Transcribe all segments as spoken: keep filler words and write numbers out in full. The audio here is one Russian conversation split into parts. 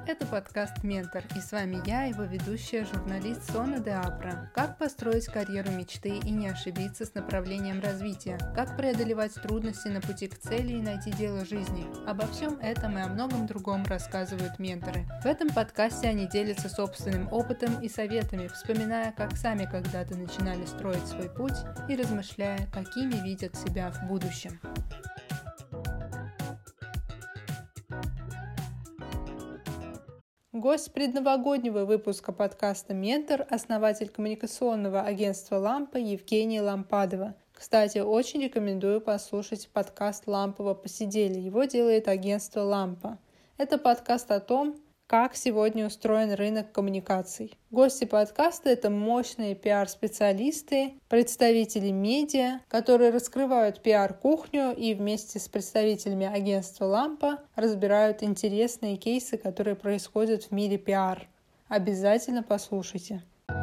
Это подкаст «Ментор», и с вами я, его ведущая, журналист Сона де Апра. Как построить карьеру мечты и не ошибиться с направлением развития? Как преодолевать трудности на пути к цели и найти дело жизни? Обо всем этом и о многом другом рассказывают менторы. В этом подкасте они делятся собственным опытом и советами, вспоминая, как сами когда-то начинали строить свой путь и размышляя, какими видят себя в будущем. Гость предновогоднего выпуска подкаста «Ментор» – основатель коммуникационного агентства «Лампа» Евгения Лампадова. Кстати, очень рекомендую послушать подкаст «Лампова посидели». Его делает агентство «Лампа». Это подкаст о том, как сегодня устроен рынок коммуникаций. Гости подкаста – это мощные пиар-специалисты, представители медиа, которые раскрывают пиар-кухню и вместе с представителями агентства «Лампа» разбирают интересные кейсы, которые происходят в мире пиар. Обязательно послушайте.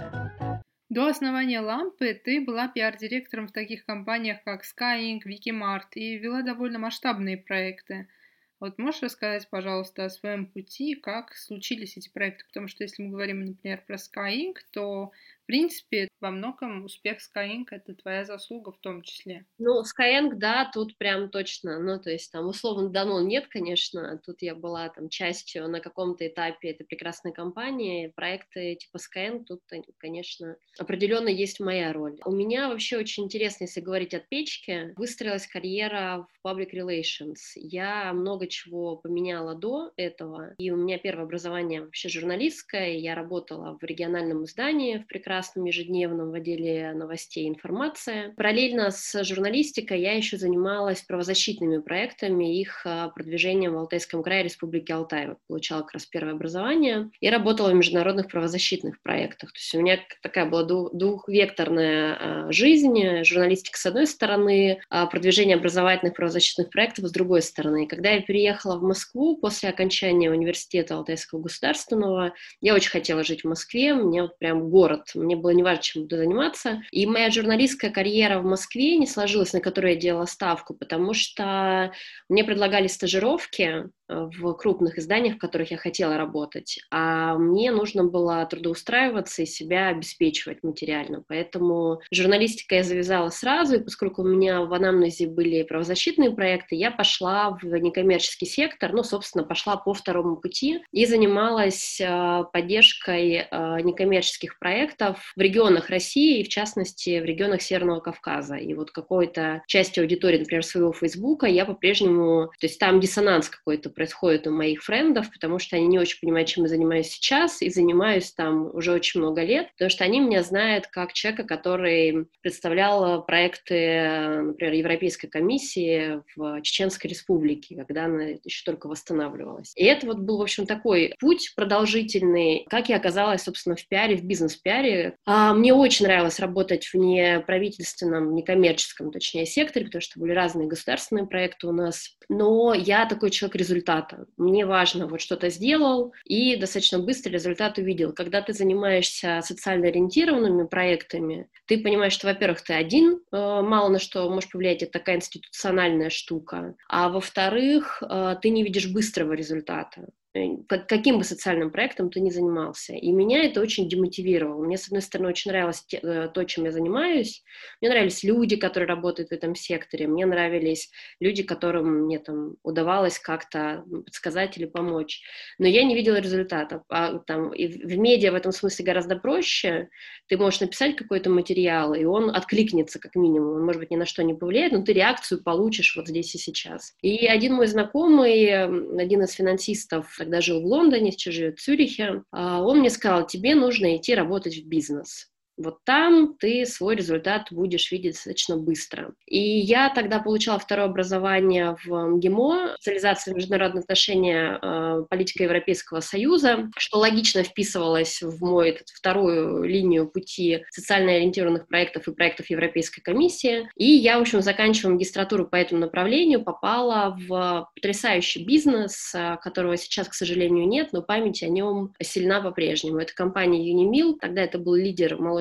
До основания «Лампы» ты была пиар-директором в таких компаниях, как Sky инк, Викимарт, и вела довольно масштабные проекты. Вот можешь рассказать, пожалуйста, о своем пути, как случились эти проекты? Потому что если мы говорим, например, про Sky инк, то, в принципе, во многом успех Sky инк — это твоя заслуга в том числе. Ну, Sky инк, да, тут прям точно, ну, то есть там условно дано нет, конечно, тут я была там частью на каком-то этапе этой прекрасной компании, проекты типа Sky инк, тут, конечно, определенно есть моя роль. У меня вообще очень интересно, если говорить от печки, выстроилась карьера в public relations. Я много чего поменяла до этого, и у меня первое образование вообще журналистское, я работала в региональном издании, в прекрасном ежедневном в отделе новостей и информации. Параллельно с журналистикой я еще занималась правозащитными проектами, их продвижением в Алтайском крае Республики Алтай. Вот получала как раз первое образование и работала в международных правозащитных проектах. То есть у меня такая была двухвекторная жизнь, журналистика с одной стороны, продвижение образовательных правозащитных проектов с другой стороны. И когда я переехала в Москву после окончания университета Алтайского государственного, я очень хотела жить в Москве, мне вот прям город, мне было неважно, чем буду заниматься. И моя журналистская карьера в Москве не сложилась, на которую я делала ставку, потому что мне предлагали стажировки в крупных изданиях, в которых я хотела работать, а мне нужно было трудоустраиваться и себя обеспечивать материально. Поэтому журналистика я завязала сразу, и поскольку у меня в анамнезе были правозащитные проекты, я пошла в некоммерческий сектор, ну, собственно, пошла по второму пути и занималась поддержкой некоммерческих проектов в регионах России, и в частности в регионах Северного Кавказа. И вот какой-то частью аудитории, например, своего Фейсбука я по-прежнему, то есть там диссонанс какой-то происходит у моих френдов, потому что они не очень понимают, чем я занимаюсь сейчас, и занимаюсь там уже очень много лет, потому что они меня знают как человека, который представлял проекты, например, Европейской комиссии в Чеченской Республике, когда она еще только восстанавливалась. И это вот был, в общем, такой путь продолжительный, как я оказалась, собственно, в пиаре, в бизнес-пиаре. А мне очень нравилось работать в неправительственном, некоммерческом, точнее, секторе, потому что были разные государственные проекты у нас, но я такой человек результата. Мне важно, вот что-то сделал и достаточно быстро результат увидел. Когда ты занимаешься социально ориентированными проектами, ты понимаешь, что, во-первых, ты один, мало на что можешь повлиять, это такая институциональная штука, а во-вторых, ты не видишь быстрого результата. Каким бы социальным проектом ты ни занимался. И меня это очень демотивировало. Мне, с одной стороны, очень нравилось то, чем я занимаюсь. Мне нравились люди, которые работают в этом секторе. Мне нравились люди, которым мне там удавалось как-то подсказать или помочь. Но я не видела результатов. А, там, и в медиа в этом смысле гораздо проще. Ты можешь написать какой-то материал, и он откликнется как минимум. Он, может быть, ни на что не повлияет, но ты реакцию получишь вот здесь и сейчас. И один мой знакомый, один из финансистов, когда жил в Лондоне, сейчас живет в Цюрихе, он мне сказал: тебе нужно идти работать в бизнес. Вот там ты свой результат будешь видеть достаточно быстро. И я тогда получала второе образование в МГИМО, специализация в международные отношения, э, политика Европейского Союза, что логично вписывалось в мою этот, вторую линию пути социально ориентированных проектов и проектов Европейской комиссии. И я, в общем, заканчивая магистратуру по этому направлению, попала в потрясающий бизнес, которого сейчас, к сожалению, нет, но память о нем сильна по-прежнему. Это компания Unimil, тогда это был лидер молочного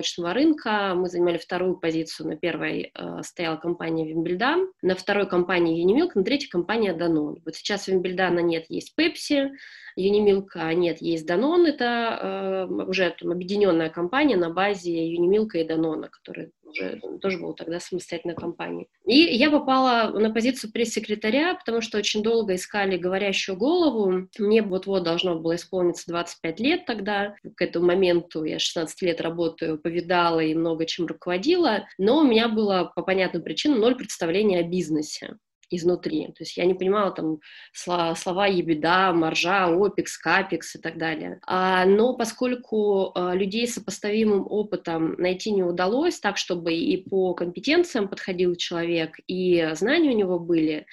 молочного рынка. Мы занимали вторую позицию. На первой э, стояла компания Вимбельдан, на второй компании Юнимилк, на третьей компания Данон. Вот сейчас Вимбельдана нет, есть Пепси, Юнимилка нет, есть Данон. Это э, уже там, объединенная компания на базе Юнимилка и Данона, которая уже тоже была тогда самостоятельной компанией. И я попала на позицию пресс-секретаря, потому что очень долго искали говорящую голову. Мне вот-вот должно было исполниться двадцать пять лет тогда. К этому моменту я шестнадцать лет работаю, повидала и много чем руководила, но у меня было по понятным причинам ноль представления о бизнесе изнутри. То есть я не понимала там слова, слова ебеда, маржа, опекс, капекс и так далее. А, но поскольку а, людей с сопоставимым опытом найти не удалось так, чтобы и по компетенциям подходил человек, и знания у него были,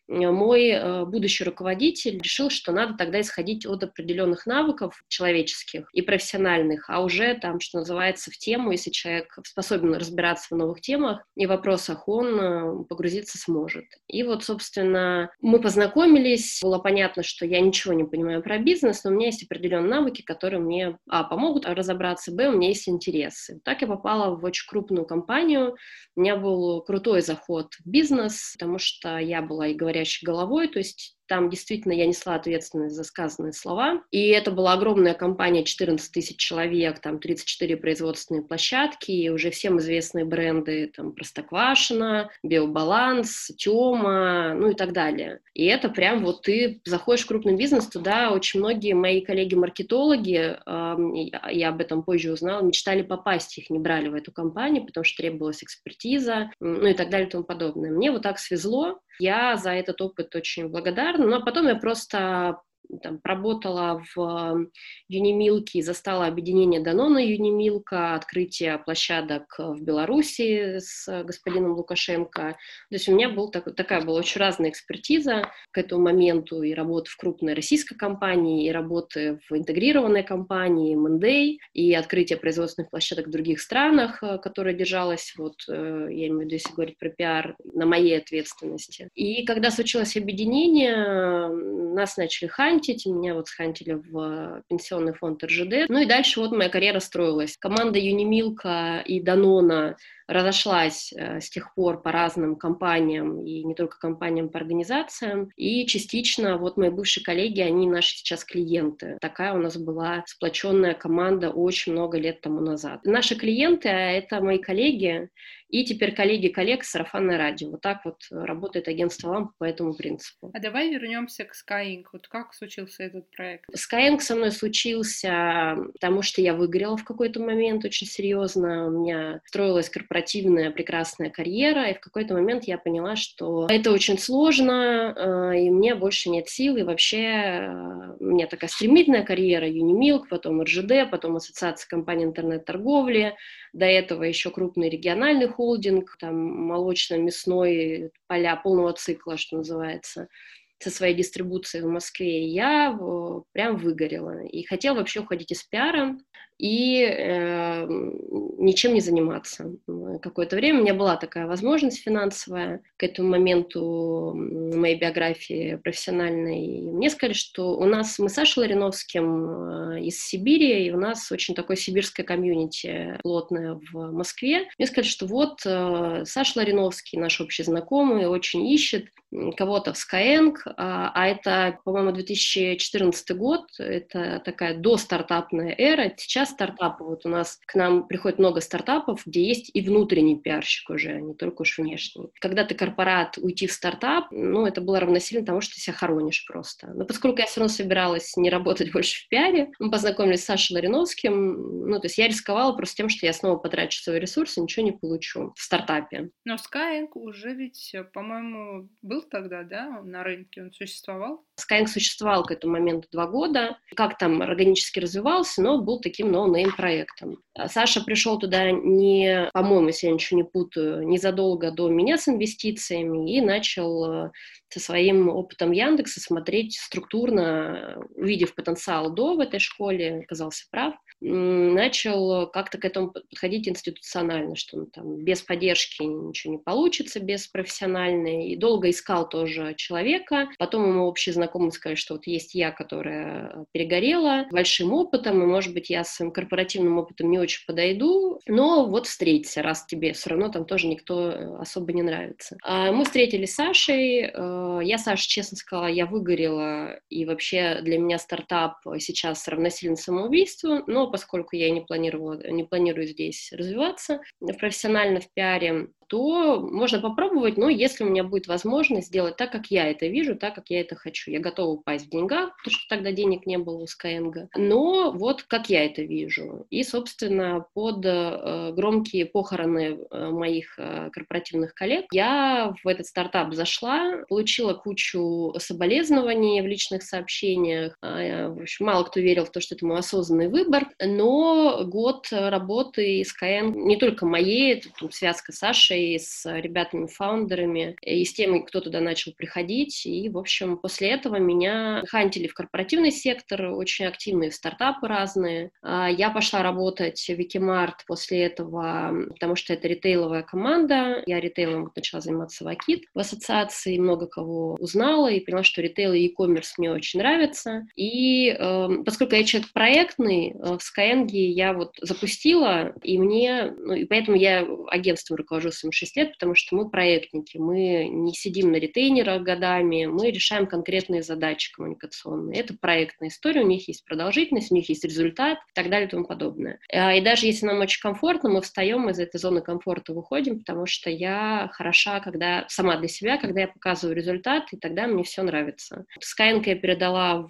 мой э, будущий руководитель решил, что надо тогда исходить от определенных навыков человеческих и профессиональных, а уже там, что называется, в тему, если человек способен разбираться в новых темах и вопросах, он э, погрузиться сможет. И вот, собственно, мы познакомились, было понятно, что я ничего не понимаю про бизнес, но у меня есть определенные навыки, которые мне, а, помогут разобраться, б, у меня есть интересы. Так я попала в очень крупную компанию, у меня был крутой заход в бизнес, потому что я была и говорящей головой, то есть там действительно я несла ответственность за сказанные слова, и это была огромная компания, четырнадцать тысяч человек, там тридцать четыре производственные площадки, и уже всем известные бренды, там Простоквашино, Биобаланс, Тема, ну и так далее. И это прям вот ты заходишь в крупный бизнес, туда очень многие мои коллеги-маркетологи, э, я об этом позже узнала, мечтали попасть, их не брали в эту компанию, потому что требовалась экспертиза, ну и так далее и тому подобное. Мне вот так свезло, я за этот опыт очень благодарна. Ну, а потом я просто там, проработала в Юнимилке и застала объединение Данона и Юнимилка, открытие площадок в Беларуси с господином Лукашенко. То есть у меня был так, такая была очень разная экспертиза к этому моменту, и работа в крупной российской компании, и работы в интегрированной компании эм энд эй, и открытие производственных площадок в других странах, которая держалась, вот, я имею в виду, если говорить про пиар, на моей ответственности. И когда случилось объединение, нас начали хантить, меня вот схантили в пенсионный фонд эр жэ дэ. Ну и дальше вот моя карьера строилась. Команда Юнимилка и Данона разошлась с тех пор по разным компаниям, и не только компаниям, по организациям. И частично вот мои бывшие коллеги, они наши сейчас клиенты. Такая у нас была сплоченная команда очень много лет тому назад. Наши клиенты — это мои коллеги, и теперь коллеги коллег сарафанное радио. Вот так вот работает агентство «Лампа» по этому принципу. А давай вернемся к Skyeng. Вот как случился этот проект? Skyeng со мной случился, потому что я выгорела в какой-то момент очень серьезно. У меня строилась корпоративная прекрасная карьера, и в какой-то момент я поняла, что это очень сложно, и мне больше нет сил, и вообще у меня такая стремительная карьера, Юнимилк, потом эр жэ дэ, потом Ассоциация компаний интернет-торговли, до этого еще крупный региональный холдинг, там молочно-мясной поля полного цикла, что называется, со своей дистрибуцией в Москве. И я прям выгорела. И хотела вообще уходить из пиара и э, ничем не заниматься. Какое-то время у меня была такая возможность финансовая к этому моменту моей биографии профессиональной. И мне сказали, что у нас, мы с Сашей Лариновским из Сибири, и у нас очень такое сибирское комьюнити плотное в Москве. Мне сказали, что вот э, Саша Лариновский, наш общий знакомый, очень ищет кого-то в Skyeng, а, а это, по-моему, две тысячи четырнадцатый год, это такая достартапная эра. Сейчас стартапы, вот у нас к нам приходит много стартапов, где есть и внутренний пиарщик уже, не только уж внешний. Когда ты корпорат, уйти в стартап, ну, это было равносильно тому, что ты себя хоронишь просто. Но поскольку я все равно собиралась не работать больше в пиаре, мы познакомились с Сашей Лариновским, ну, то есть я рисковала просто тем, что я снова потрачу свои ресурсы, ничего не получу в стартапе. Но Skyeng уже ведь, по-моему, был тогда, да, на рынке, он существовал? Skyeng существовал к этому моменту два года, как там органически развивался, но был таким ноунейм проектом. Саша пришел туда не, по-моему, если я ничего не путаю, незадолго до меня с инвестициями и начал со своим опытом Яндекса смотреть структурно, увидев потенциал до в этой школе, оказался прав, начал как-то к этому подходить институционально, что ну, там, без поддержки ничего не получится, без профессиональной, и долго искал тоже человека, Потом ему общие знакомые сказали, что вот есть я, которая перегорела, с большим опытом, и, может быть, я с своим корпоративным опытом не очень подойду, но вот встреться, раз тебе все равно там тоже никто особо не нравится. Мы встретились с Сашей, я Саше честно сказала, я выгорела, и вообще для меня стартап сейчас равносилен самоубийству, но поскольку я не планировала, не планирую здесь развиваться профессионально в пиаре, то можно попробовать, но если у меня будет возможность сделать так, как я это вижу, так, как я это хочу. Я готова упасть в деньгах, потому что тогда денег не было у Skyeng, но вот как я это вижу. И, собственно, под э, громкие похороны э, моих э, корпоративных коллег я в этот стартап зашла, получила кучу соболезнований в личных сообщениях. Э, в общем, мало кто верил в то, что это мой осознанный выбор, но год работы Skyeng, не только моей, это там, связка с Сашей, с ребятами-фаундерами, и с теми, кто туда начал приходить. И, в общем, после этого меня хантили в корпоративный сектор, очень активные стартапы разные. Я пошла работать в Викимарт после этого, потому что это ритейловая команда. Я ритейлом начала заниматься в Акит, в ассоциации, много кого узнала и поняла, что ритейл и e-commerce мне очень нравятся. И э, поскольку я человек проектный, в Skyeng я вот запустила, и мне, ну, и поэтому я агентством руковожу своим шесть лет, потому что мы проектники, мы не сидим на ретейнерах годами, мы решаем конкретные задачи коммуникационные. Это проектная история, у них есть продолжительность, у них есть результат и так далее и тому подобное. И даже если нам очень комфортно, мы встаем из этой зоны комфорта, выходим, потому что я хороша, когда сама для себя, когда я показываю результат, и тогда мне все нравится. Skyeng я передала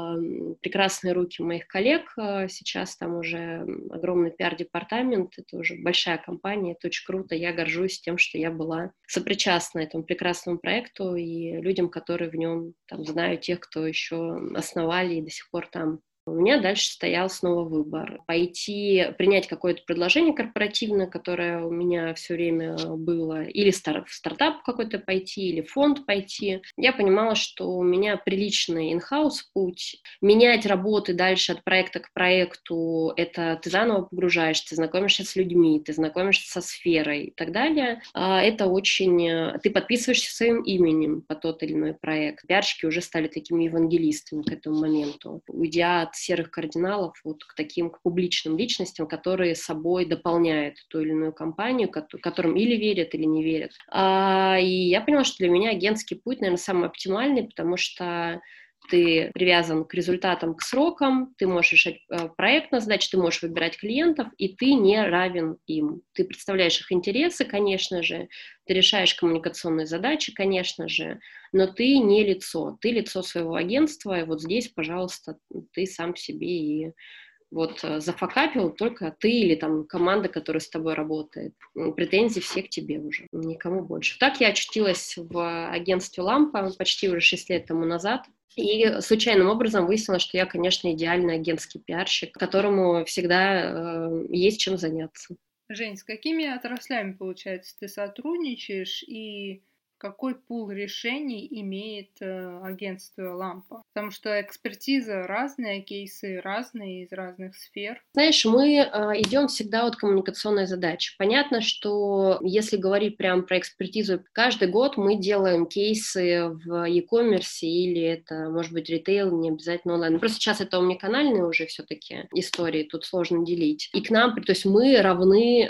в прекрасные руки моих коллег, сейчас там уже огромный пиар-департамент, это уже большая компания, это очень круто, я горжусь тем, что я была сопричастна этому прекрасному проекту и людям, которые в нем там знают, тех, кто еще основали и до сих пор там. У меня дальше стоял снова выбор. Пойти, принять какое-то предложение корпоративное, которое у меня все время было, или стар- в стартап какой-то пойти, или в фонд пойти. Я понимала, что у меня приличный in-house путь. Менять работы дальше от проекта к проекту, это ты заново погружаешься, ты знакомишься с людьми, ты знакомишься со сферой и так далее. Это очень... Ты подписываешься своим именем по тот или иной проект. Пиарщики уже стали такими евангелистами к этому моменту. Уйдя от серых кардиналов вот к таким к публичным личностям, которые собой дополняют ту или иную компанию, которым или верят, или не верят. А, и я поняла, что для меня агентский путь, наверное, самый оптимальный, потому что ты привязан к результатам, к срокам, ты можешь решать э, проектные задачи, ты можешь выбирать клиентов, и ты не равен им. Ты представляешь их интересы, конечно же, ты решаешь коммуникационные задачи, конечно же, но ты не лицо, ты лицо своего агентства, и вот здесь, пожалуйста, ты сам себе и вот зафакапил только ты или там команда, которая с тобой работает. Претензии все к тебе уже, никому больше. Так я очутилась в агентстве «Лампа» почти уже шесть лет тому назад. И случайным образом выяснилось, что я, конечно, идеальный агентский пиарщик, которому всегда э, есть чем заняться. Жень, с какими отраслями, получается, ты сотрудничаешь и какой пул решений имеет э, агентство «Лампа»? Потому что экспертиза разная, кейсы разные из разных сфер. Знаешь, мы э, идем всегда от коммуникационной задачи. Понятно, что если говорить прямо про экспертизу, каждый год мы делаем кейсы в e-commerce или это, может быть, ритейл, не обязательно онлайн. Просто сейчас это омниканальные уже все-таки истории, тут сложно делить. И к нам, то есть мы равны,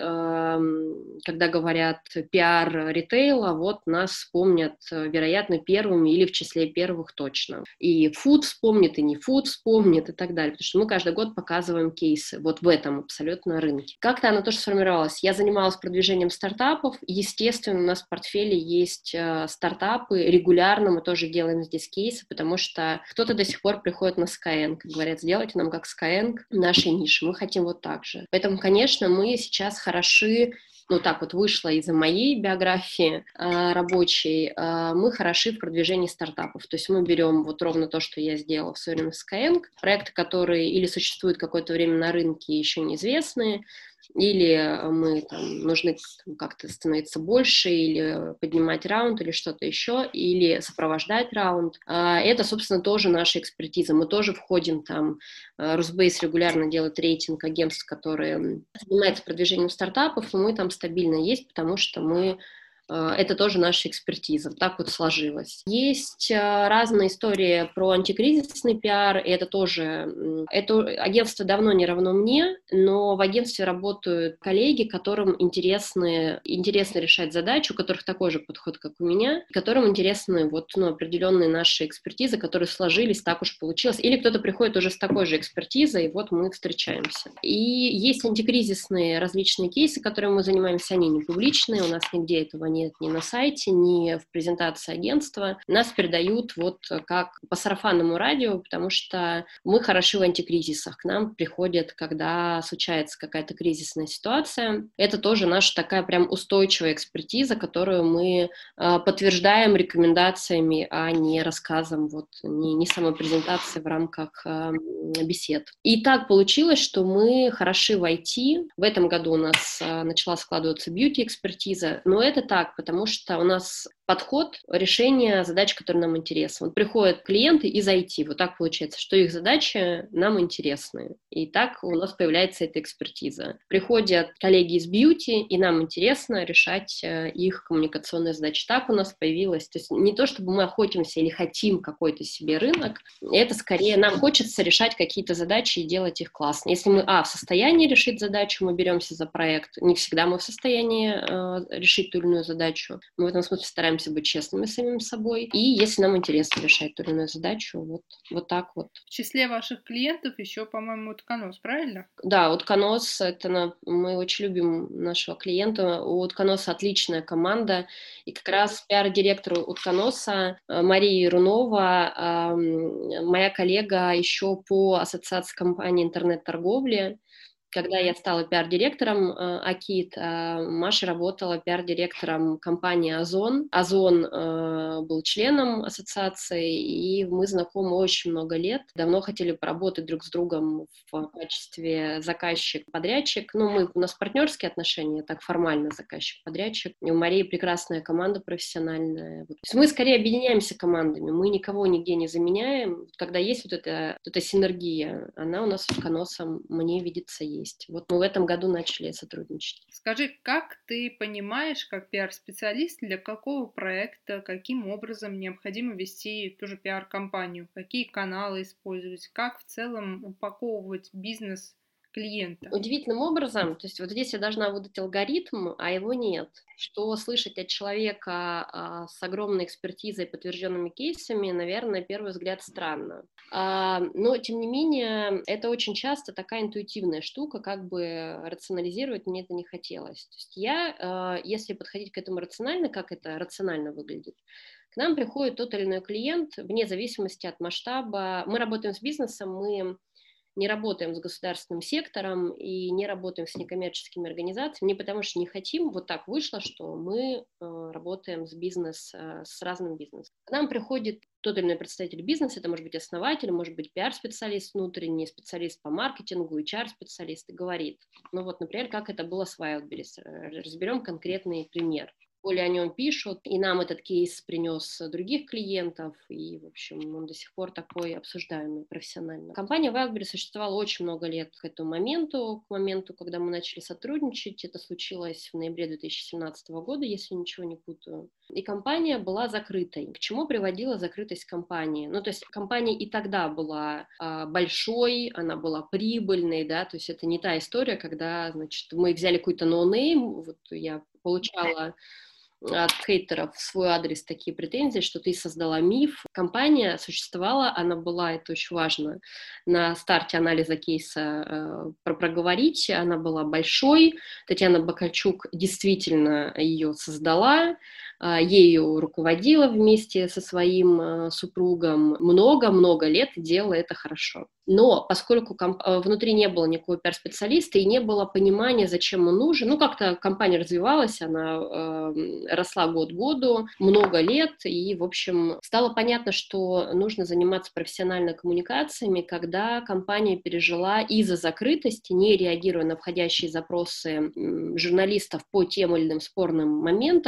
э, когда говорят пиар ритейла, вот нас вспомнят, вероятно, первыми или в числе первых точно. И фуд вспомнит, и не фуд вспомнит, и так далее. Потому что мы каждый год показываем кейсы вот в этом абсолютно рынке. Как-то оно тоже сформировалось. Я занималась продвижением стартапов. Естественно, у нас в портфеле есть э, стартапы. Регулярно мы тоже делаем здесь кейсы, потому что кто-то до сих пор приходит на Skyeng и говорят, сделайте нам как Skyeng нашей ниши. Мы хотим вот так же. Поэтому, конечно, мы сейчас хороши. Ну, так вот вышло из-за моей биографии э, рабочей, э, мы хороши в продвижении стартапов. То есть мы берем вот ровно то, что я сделала в свое время с Skyeng, проекты, которые или существуют какое-то время на рынке, еще неизвестные, или мы там, нужны там, как-то становиться больше, или поднимать раунд, или что-то еще, или сопровождать раунд. Это, собственно, тоже наша экспертиза. Мы тоже входим там, Русбейс регулярно делает рейтинг агентств, которые занимаются продвижением стартапов, и мы там стабильно есть, потому что мы это тоже наша экспертиза. Так вот сложилось. Есть разные истории про антикризисный пиар, и это тоже... Это агентство давно не равно мне, но в агентстве работают коллеги, которым интересны, интересно решать задачи, у которых такой же подход, как у меня, которым интересны вот, ну, определенные наши экспертизы, которые сложились, так уж получилось. Или кто-то приходит уже с такой же экспертизой, и вот мы встречаемся. И есть антикризисные различные кейсы, которыми мы занимаемся, они не публичные, у нас нигде этого нет ни на сайте, ни в презентации агентства. Нас передают вот как по сарафанному радио, потому что мы хороши в антикризисах. К нам приходят, когда случается какая-то кризисная ситуация. Это тоже наша такая прям устойчивая экспертиза, которую мы э, подтверждаем рекомендациями, а не рассказом, вот, не, не самопрезентацией в рамках э, бесед. И так получилось, что мы хороши в ай ти. В этом году у нас э, начала складываться бьюти-экспертиза, но это так, потому что у нас подход решения задач, которые нам интересны. Вот приходят клиенты из ай ти, вот так получается, что их задачи нам интересны. И так у нас появляется эта экспертиза. Приходят коллеги из бьюти, и нам интересно решать их коммуникационные задачи. Так у нас появилось. То есть не то, чтобы мы охотимся или хотим какой-то себе рынок, это скорее нам хочется решать какие-то задачи и делать их классно. Если мы, а, в состоянии решить задачу, мы беремся за проект. Не всегда мы в состоянии э, решить ту или иную задачу. Мы в этом смысле стараемся быть честными с самим собой. И если нам интересно решать ту или иную задачу, вот, вот так вот. В числе ваших клиентов еще, по-моему, Утконос, правильно? Да, Утконос, это на, мы очень любим нашего клиента. У Утконоса отличная команда. И как раз пиар-директор Утконоса Мария Ярунова, моя коллега еще по ассоциации компаний интернет-торговли. Когда я стала пиар-директором э, Акит, э, Маша работала пиар-директором компании Озон. Озон э, был членом ассоциации, и мы знакомы очень много лет. Давно хотели поработать друг с другом в качестве заказчик-подрядчик. Ну, мы, у нас партнерские отношения, так формально заказчик-подрядчик. И у Марии прекрасная команда профессиональная. То есть мы скорее объединяемся командами, мы никого нигде не заменяем. Когда есть вот эта, вот эта синергия, она у нас с Утконосом, мне видится, есть. Вот мы в этом году начали сотрудничать. Скажи, как ты понимаешь, как пиар-специалист, для какого проекта, каким образом необходимо вести ту же пиар-компанию, какие каналы использовать, как в целом упаковывать бизнес клиента? Удивительным образом, то есть вот здесь я должна выдать алгоритм, а его нет. Что слышать от человека а, с огромной экспертизой и подтвержденными кейсами, наверное, на первый взгляд странно. А, но, тем не менее, это очень часто такая интуитивная штука, как бы рационализировать мне это не хотелось. То есть я, а, если подходить к этому рационально, как это рационально выглядит, к нам приходит тот или иной клиент, вне зависимости от масштаба. Мы работаем с бизнесом, мы не работаем с государственным сектором и не работаем с некоммерческими организациями, не потому что не хотим, вот так вышло, что мы э, работаем с бизнес, э, с разным бизнесом. К нам приходит тот или иной представитель бизнеса, это может быть основатель, может быть пиар-специалист внутренний, специалист по маркетингу, эйч ар-специалист, и говорит, ну вот, например, как это было с Wildberries, разберем конкретный пример. Более о нем пишут, и нам этот кейс принес других клиентов, и, в общем, он до сих пор такой обсуждаемый профессионально. Компания Wildberries существовала очень много лет к этому моменту, к моменту, когда мы начали сотрудничать. Это случилось в ноябре две тысячи семнадцатого года, если ничего не путаю. И компания была закрытой. К чему приводила закрытость компании? Ну, то есть компания и тогда была а, большой, она была прибыльной, да, то есть это не та история, когда, значит, мы взяли какой-то ноунейм, вот я получала от хейтеров в свой адрес такие претензии, что ты создала миф. Компания существовала, она была, это очень важно, на старте анализа кейса э, проговорить, она была большой, Татьяна Бакальчук действительно ее создала, э, ею руководила вместе со своим э, супругом много-много лет и делала это хорошо. Но поскольку комп- внутри не было никакого пиар-специалиста и не было понимания, зачем он нужен, ну как-то компания развивалась, она э, росла год году, много лет, и, в общем, стало понятно, что нужно заниматься профессиональными коммуникациями, когда компания пережила из-за закрытости, не реагируя на входящие запросы м, журналистов по тем или иным спорным моментам,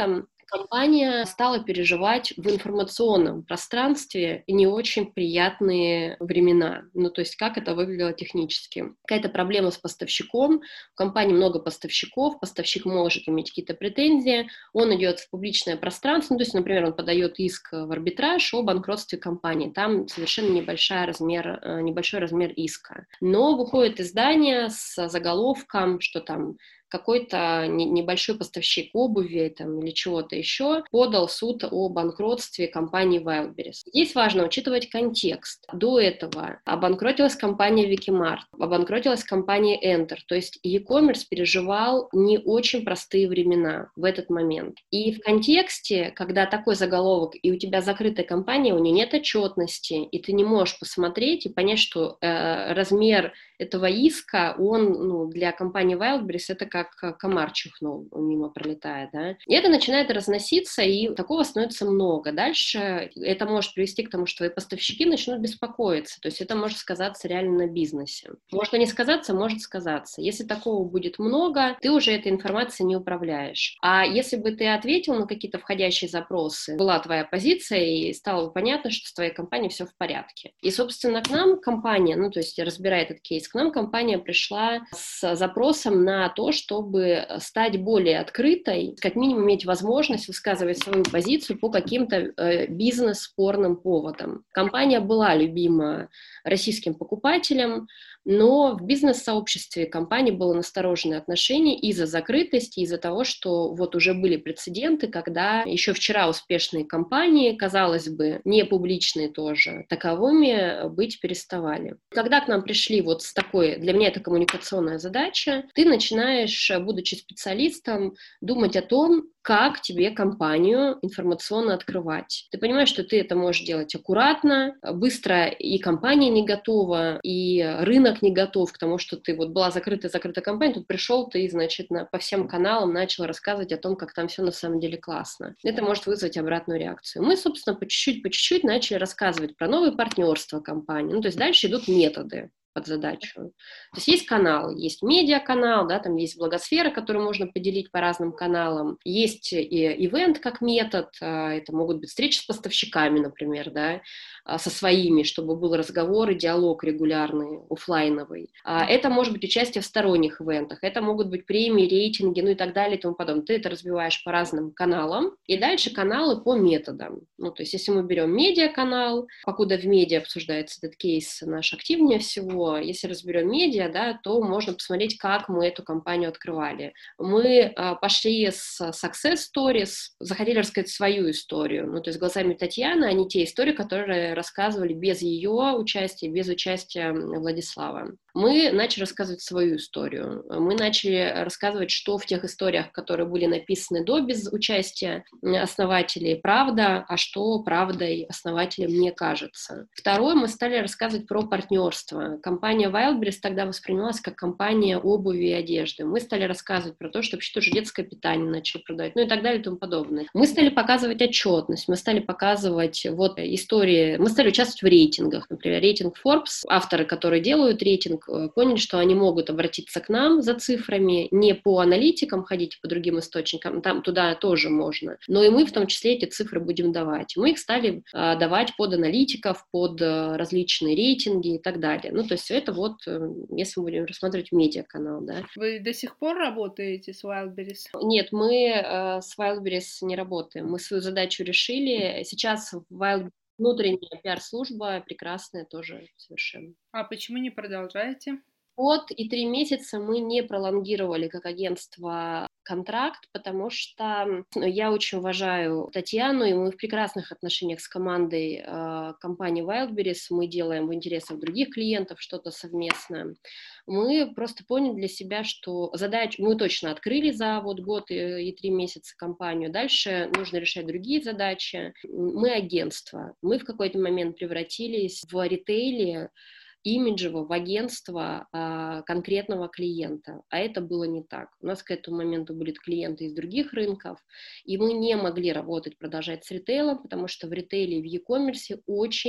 компания стала переживать в информационном пространстве не очень приятные времена. Ну, то есть как это выглядело технически. Какая-то проблема с поставщиком, в компании много поставщиков, поставщик может иметь какие-то претензии, он идет в публичное пространство, ну, то есть, например, он подает иск в арбитраж о банкротстве компании, там совершенно небольшой размер, небольшой размер иска. Но выходит издание с заголовком, что там какой-то небольшой поставщик обуви там, или чего-то еще подал в суд о банкротстве компании Wildberries. Здесь важно учитывать контекст. До этого обанкротилась компания Wikimart, обанкротилась компания Enter, то есть e-commerce переживал не очень простые времена в этот момент. И в контексте, когда такой заголовок, и у тебя закрытая компания, у нее нет отчетности, и ты не можешь посмотреть и понять, что э, размер этого иска, он ну, для компании Wildberries это как комар чихнул, мимо пролетает, да. И это начинает разноситься, и такого становится много. Дальше это может привести к тому, что твои поставщики начнут беспокоиться, то есть это может сказаться реально на бизнесе. Может и не сказаться, может сказаться. Если такого будет много, ты уже этой информацией не управляешь. А если бы ты ответил на какие-то входящие запросы, была твоя позиция, и стало бы понятно, что с твоей компанией все в порядке. И, собственно, к нам компания, ну, то есть разбирая этот кейс, к нам компания пришла с запросом на то, чтобы стать более открытой, как минимум иметь возможность высказывать свою позицию по каким-то э, бизнес-спорным поводам. Компания была любима российским покупателям, но в бизнес-сообществе компании было настороженное отношение из-за закрытости, из-за того, что вот уже были прецеденты, когда еще вчера успешные компании, казалось бы, не публичные тоже, таковыми быть переставали. Когда к нам пришли вот с такой, для меня это коммуникационная задача, ты начинаешь, будучи специалистом, думать о том, как тебе компанию информационно открывать. Ты понимаешь, что ты это можешь делать аккуратно, быстро, и компания не готова, и рынок не готов к тому, что ты вот была закрытая-закрытая компания, тут пришел ты, значит, на, по всем каналам начал рассказывать о том, как там все на самом деле классно. Это может вызвать обратную реакцию. Мы, собственно, по чуть-чуть, по чуть-чуть начали рассказывать про новые партнерства компании. Ну, то есть дальше идут методы под задачу. То есть есть каналы, есть медиаканал, да, там есть благосфера, которую можно поделить по разным каналам, есть и ивент как метод, это могут быть встречи с поставщиками, например, да, со своими, чтобы был разговор и диалог регулярный, офлайновый. Это может быть участие в сторонних ивентах, это могут быть премии, рейтинги, ну и так далее и тому подобное. Ты это разбиваешь по разным каналам, и дальше каналы по методам. Ну, то есть если мы берем медиаканал, покуда в медиа обсуждается этот кейс наш активнее всего, если разберем медиа, да, то можно посмотреть, как мы эту компанию открывали. Мы а, пошли с success stories, захотели рассказать свою историю. Ну, то есть глазами Татьяны, а не те истории, которые рассказывали без ее участия, без участия Владислава. Мы начали рассказывать свою историю. Мы начали рассказывать, что в тех историях, которые были написаны до без участия основателей, правда, а что правдой основателям не кажется. Второе, мы стали рассказывать про партнерство. Компания Wildberries тогда воспринималась как компания обуви и одежды. Мы стали рассказывать про то, что вообще тоже детское питание начали продавать, ну и так далее и тому подобное. Мы стали показывать отчетность, мы стали показывать вот истории, мы стали участвовать в рейтингах, например, рейтинг Forbes, авторы, которые делают рейтинг, поняли, что они могут обратиться к нам за цифрами, не по аналитикам ходить, по другим источникам, там туда тоже можно, но и мы в том числе эти цифры будем давать. Мы их стали а, давать под аналитиков, под а, различные рейтинги и так далее. Ну, то есть это вот, если мы будем рассматривать медиаканал, да. Вы до сих пор работаете с Wildberries? Нет, мы э, с Wildberries не работаем. Мы свою задачу решили. Сейчас Wildberries внутренняя пиар-служба прекрасная тоже совершенно. А почему не продолжаете? Год и три месяца мы не пролонгировали как агентство контракт, потому что я очень уважаю Татьяну, и мы в прекрасных отношениях с командой э, компании Wildberries. Мы делаем в интересах других клиентов что-то совместное. Мы просто поняли для себя, что задачу мы точно открыли за вот год и, и три месяца компанию. Дальше нужно решать другие задачи. Мы агентство. Мы в какой-то момент превратились в ритейле, имиджево в агентство а, конкретного клиента, а это было не так. У нас к этому моменту были клиенты из других рынков, и мы не могли работать, продолжать с ритейлом, потому что в ритейле и в e-commerce очень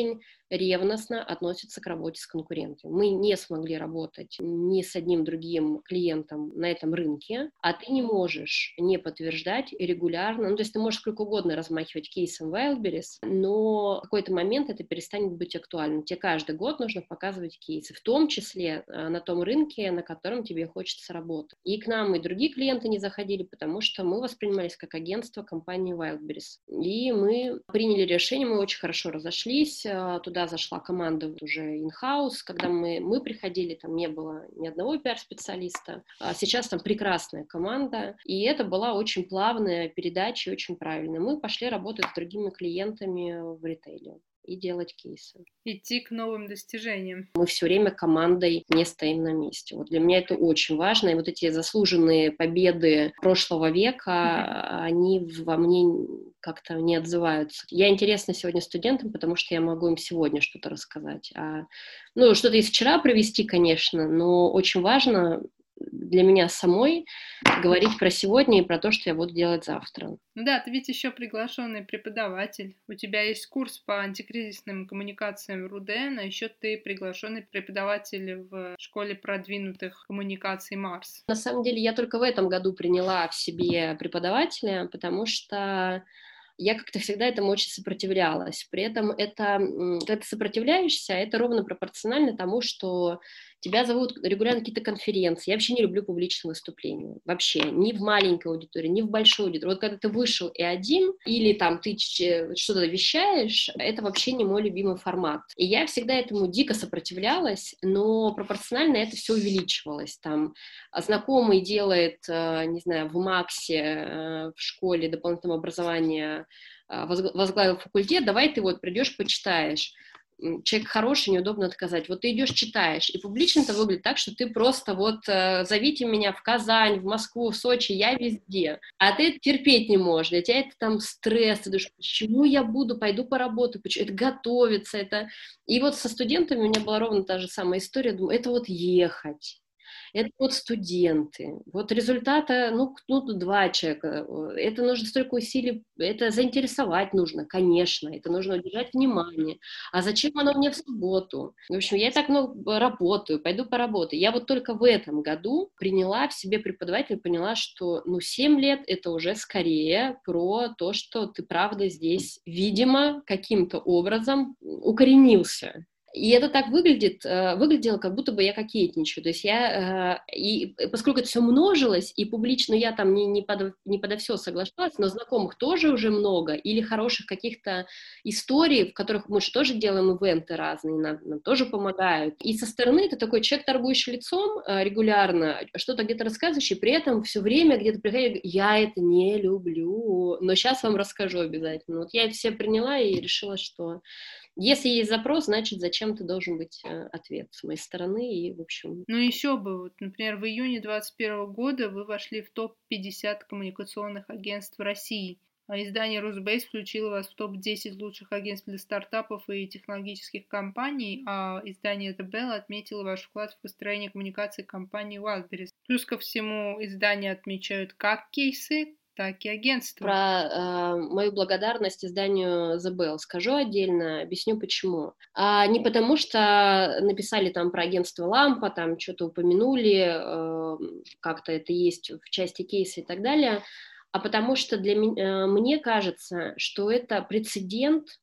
ревностно относятся к работе с конкурентами. Мы не смогли работать ни с одним другим клиентом на этом рынке, а ты не можешь не подтверждать регулярно, ну, то есть ты можешь сколько угодно размахивать кейсом Wildberries, но в какой-то момент это перестанет быть актуальным. Тебе каждый год нужно показывать кейсы, в том числе на том рынке, на котором тебе хочется работать. И к нам и другие клиенты не заходили, потому что мы воспринимались как агентство компании Wildberries. И мы приняли решение, мы очень хорошо разошлись, туда зашла команда уже in-house, когда мы, мы приходили, там не было ни одного пиар-специалиста, а сейчас там прекрасная команда, и это была очень плавная передача, очень правильная. Мы пошли работать с другими клиентами в ритейле и делать кейсы. Идти к новым достижениям. Мы все время командой не стоим на месте. Вот для меня это очень важно. И вот эти заслуженные победы прошлого века, mm-hmm. они во мне как-то не отзываются. Я интересна сегодня студентам, потому что я могу им сегодня что-то рассказать. А, ну, что-то из вчера привести, конечно, но очень важно для меня самой говорить про сегодня и про то, что я буду делать завтра. Ну да, ты ведь еще приглашенный преподаватель. У тебя есть курс по антикризисным коммуникациям РУДН, а еще ты приглашенный преподаватель в школе продвинутых коммуникаций Марс. На самом деле я только в этом году приняла в себе преподавателя, потому что я как-то всегда этому очень сопротивлялась. При этом это, когда ты сопротивляешься, это ровно пропорционально тому, что тебя зовут регулярно на какие-то конференции. Я вообще не люблю публичные выступления. Вообще. Ни в маленькой аудитории, ни в большой аудитории. Вот когда ты вышел и один, или там ты что-то вещаешь, это вообще не мой любимый формат. И я всегда этому дико сопротивлялась, но пропорционально это все увеличивалось. Там знакомый делает, не знаю, в МАКСе, в школе дополнительного образования, возглавил факультет, давай ты вот придешь, почитаешь. Человек хороший, неудобно отказать. Вот ты идешь, читаешь, и публично это выглядит так, что ты просто вот э, зовите меня в Казань, в Москву, в Сочи, я везде. А ты это терпеть не можешь, для тебя это там стресс, ты думаешь, почему я буду, пойду поработаю, почему это готовится, это... И вот со студентами у меня была ровно та же самая история, думаю, это вот ехать. Это вот студенты. Вот результата, ну, ну, два человека. Это нужно столько усилий, это заинтересовать нужно, конечно. Это нужно удержать внимание. А зачем оно мне в субботу? В общем, я так много работаю, пойду поработаю. Я вот только в этом году приняла в себе преподавателя, поняла, что, ну, семь лет это уже скорее про то, что ты, правда, здесь, видимо, каким-то образом укоренился. И это так выглядит, выглядело, как будто бы я кокетничаю. То есть я, и поскольку это все множилось, и публично я там не, не, подо, не подо все соглашалась, но знакомых тоже уже много, или хороших каких-то историй, в которых мы же тоже делаем ивенты разные, нам, нам тоже помогают. И со стороны ты такой человек, торгующий лицом регулярно, что-то где-то рассказывающий, при этом все время где-то приходит, я это не люблю, но сейчас вам расскажу обязательно. Вот я это все приняла и решила, что если есть запрос, значит, зачем-то должен быть э, ответ с моей стороны, и, в общем... Ну, еще бы, вот, например, в июне двадцать первого года вы вошли в топ пятьдесят коммуникационных агентств России, а издание Русбейс включило вас в топ десять лучших агентств для стартапов и технологических компаний, а издание The Bell отметило ваш вклад в построение коммуникации компании Wildberries. Плюс ко всему, издание отмечают как кейсы, так и агентство. Про э, мою благодарность изданию The Bell скажу отдельно, объясню почему. А не потому, что написали там про агентство Лампа, там что-то упомянули, э, как-то это есть в части кейса и так далее, а потому что для меня, мне кажется, что это прецедент,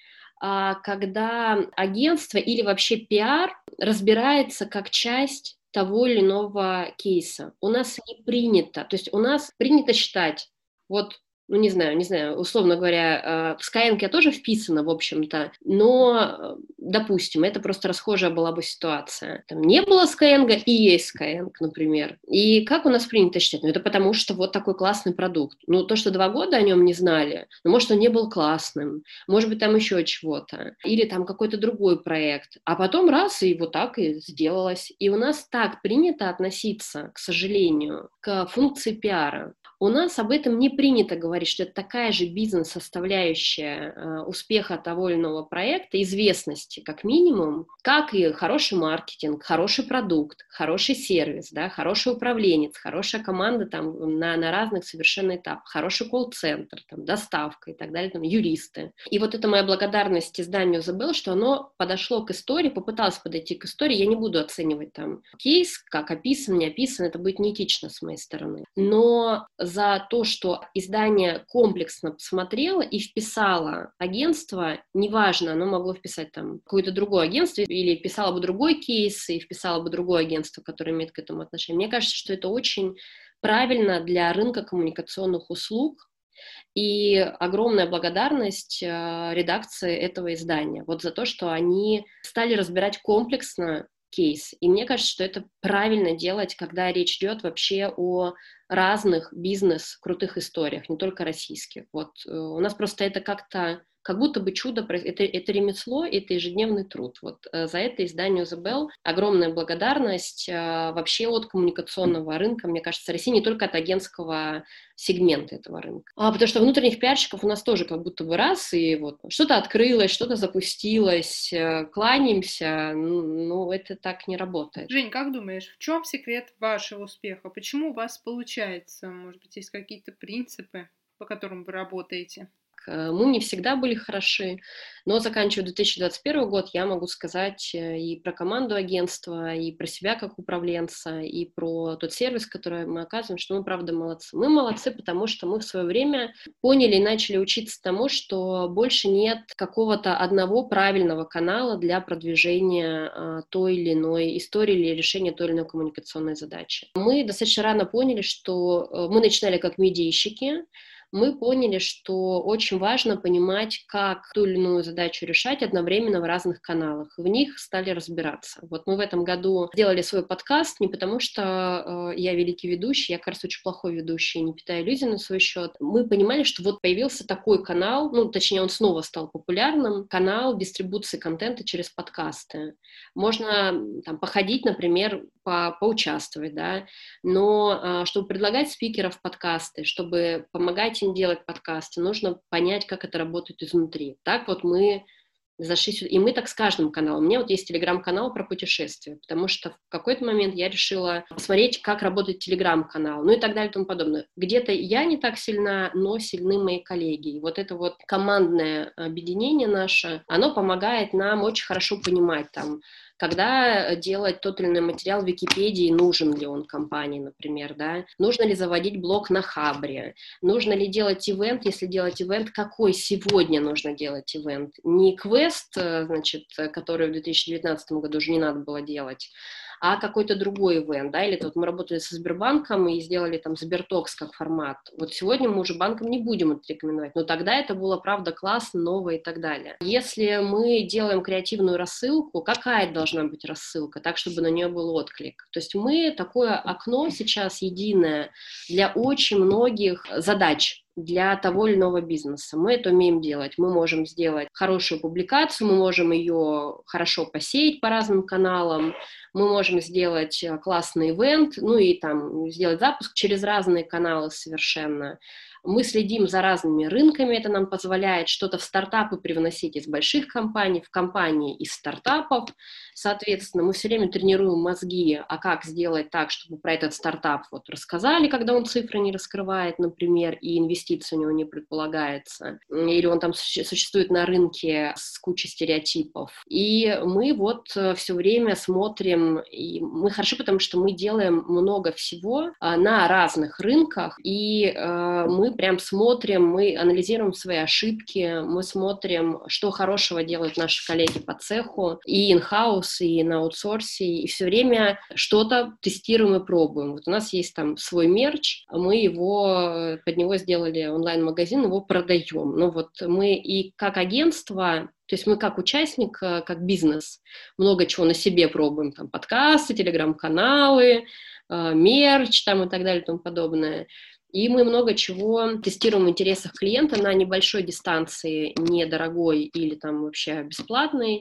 э, когда агентство или вообще пиар разбирается как часть того или иного кейса. У нас не принято, то есть у нас принято считать, вот, ну не знаю, не знаю, условно говоря, в Skyeng я тоже вписана, в общем-то, но, допустим, это просто расхожая была бы ситуация. Там не было Skyeng и есть Skyeng, например. И как у нас принято считать? Ну это потому, что вот такой классный продукт. Ну то, что два года о нем не знали, ну может он не был классным, может быть там еще чего-то, или там какой-то другой проект. А потом раз, и вот так и сделалось. И у нас так принято относиться, к сожалению, к функции пиара. У нас об этом не принято говорить, что это такая же бизнес-составляющая э, успеха того или иного проекта, известности как минимум, как и хороший маркетинг, хороший продукт, хороший сервис, да, хороший управленец, хорошая команда там, на, на разных совершенно этапах, хороший колл-центр, там, доставка и так далее, там, юристы. И вот это моя благодарность изданию The Bell, что оно подошло к истории, попыталось подойти к истории. Я не буду оценивать там кейс, как описан, не описан, это будет неэтично с моей стороны. Но за то, что издание комплексно посмотрело и вписало агентство, неважно, оно могло вписать там какое-то другое агентство или вписало бы другой кейс и вписало бы другое агентство, которое имеет к этому отношение. Мне кажется, что это очень правильно для рынка коммуникационных услуг, и огромная благодарность э, редакции этого издания вот за то, что они стали разбирать комплексно кейс. И мне кажется, что это правильно делать, когда речь идет вообще о разных бизнес-крутых историях, не только российских. Вот э, у нас просто это как-то, как будто бы чудо, это, это ремесло, это ежедневный труд. Вот э, за это изданию The Bell огромная благодарность э, вообще от коммуникационного рынка, мне кажется, России, не только от агентского сегмента этого рынка. А, потому что внутренних пиарщиков у нас тоже как будто бы раз, и вот что-то открылось, что-то запустилось, э, кланяемся, ну, ну, это так не работает. Жень, как думаешь, в чем секрет вашего успеха? Почему у вас получается? Может быть, есть какие-то принципы, по которым вы работаете? Мы не всегда были хороши, но заканчивая две тысячи двадцать первый год, я могу сказать и про команду агентства, и про себя как управленца, и про тот сервис, который мы оказываем, что мы, правда, молодцы. Мы молодцы, потому что мы в свое время поняли и начали учиться тому, что больше нет какого-то одного правильного канала для продвижения а, той или иной истории или решения той или иной коммуникационной задачи. Мы достаточно рано поняли, что мы начинали как медийщики. Мы поняли, что очень важно понимать, как ту или иную задачу решать одновременно в разных каналах. В них стали разбираться. Вот мы в этом году сделали свой подкаст не потому, что э, я великий ведущий, я, кажется, очень плохой ведущий, не питаю иллюзий на свой счет. Мы понимали, что вот появился такой канал, ну, точнее, он снова стал популярным, канал дистрибуции контента через подкасты. Можно там походить, например, по, поучаствовать, да, но э, чтобы предлагать спикеров в подкасты, чтобы помогать им делать подкасты, нужно понять, как это работает изнутри. Так вот мы зашли сюда, и мы так с каждым каналом. У меня вот есть телеграм-канал про путешествия, потому что в какой-то момент я решила посмотреть, как работает телеграм-канал, ну и так далее и тому подобное. Где-то я не так сильна, но сильны мои коллеги. И вот это вот командное объединение наше, оно помогает нам очень хорошо понимать там, когда делать тот или иной материал в Википедии, нужен ли он компании, например, да, нужно ли заводить блог на Хабре, нужно ли делать ивент, если делать ивент, какой сегодня нужно делать ивент, не квест, значит, который в две тысячи девятнадцатом году уже не надо было делать, а какой-то другой ивент, да, или тут мы работали со Сбербанком и сделали там Сбертокс как формат. Вот сегодня мы уже банкам не будем это рекомендовать, но тогда это было, правда, классно, новое и так далее. Если мы делаем креативную рассылку, какая должна быть рассылка, так, чтобы на нее был отклик? То есть мы такое окно сейчас единое для очень многих задач, для того или иного бизнеса. Мы это умеем делать. Мы можем сделать хорошую публикацию, мы можем ее хорошо посеять по разным каналам, мы можем сделать классный ивент, ну и там сделать запуск через разные каналы совершенно. Мы следим за разными рынками, это нам позволяет что-то в стартапы привносить из больших компаний, в компании из стартапов. Соответственно, мы все время тренируем мозги, а как сделать так, чтобы про этот стартап вот рассказали, когда он цифры не раскрывает, например, и инвестиции у него не предполагается, или он там существует на рынке с кучей стереотипов. И мы вот все время смотрим, и мы хороши, потому что мы делаем много всего на разных рынках, и мы прям смотрим, мы анализируем свои ошибки, мы смотрим, что хорошего делают наши коллеги по цеху, и in-house, и на аутсорсе, и все время что-то тестируем и пробуем. Вот у нас есть там свой мерч, мы его, под него сделали онлайн-магазин, его продаем. Ну вот мы и как агентство, то есть мы как участник, как бизнес, много чего на себе пробуем, там подкасты, телеграм-каналы, мерч там и так далее и тому подобное. И мы много чего тестируем в интересах клиента на небольшой дистанции, недорогой или там вообще бесплатной,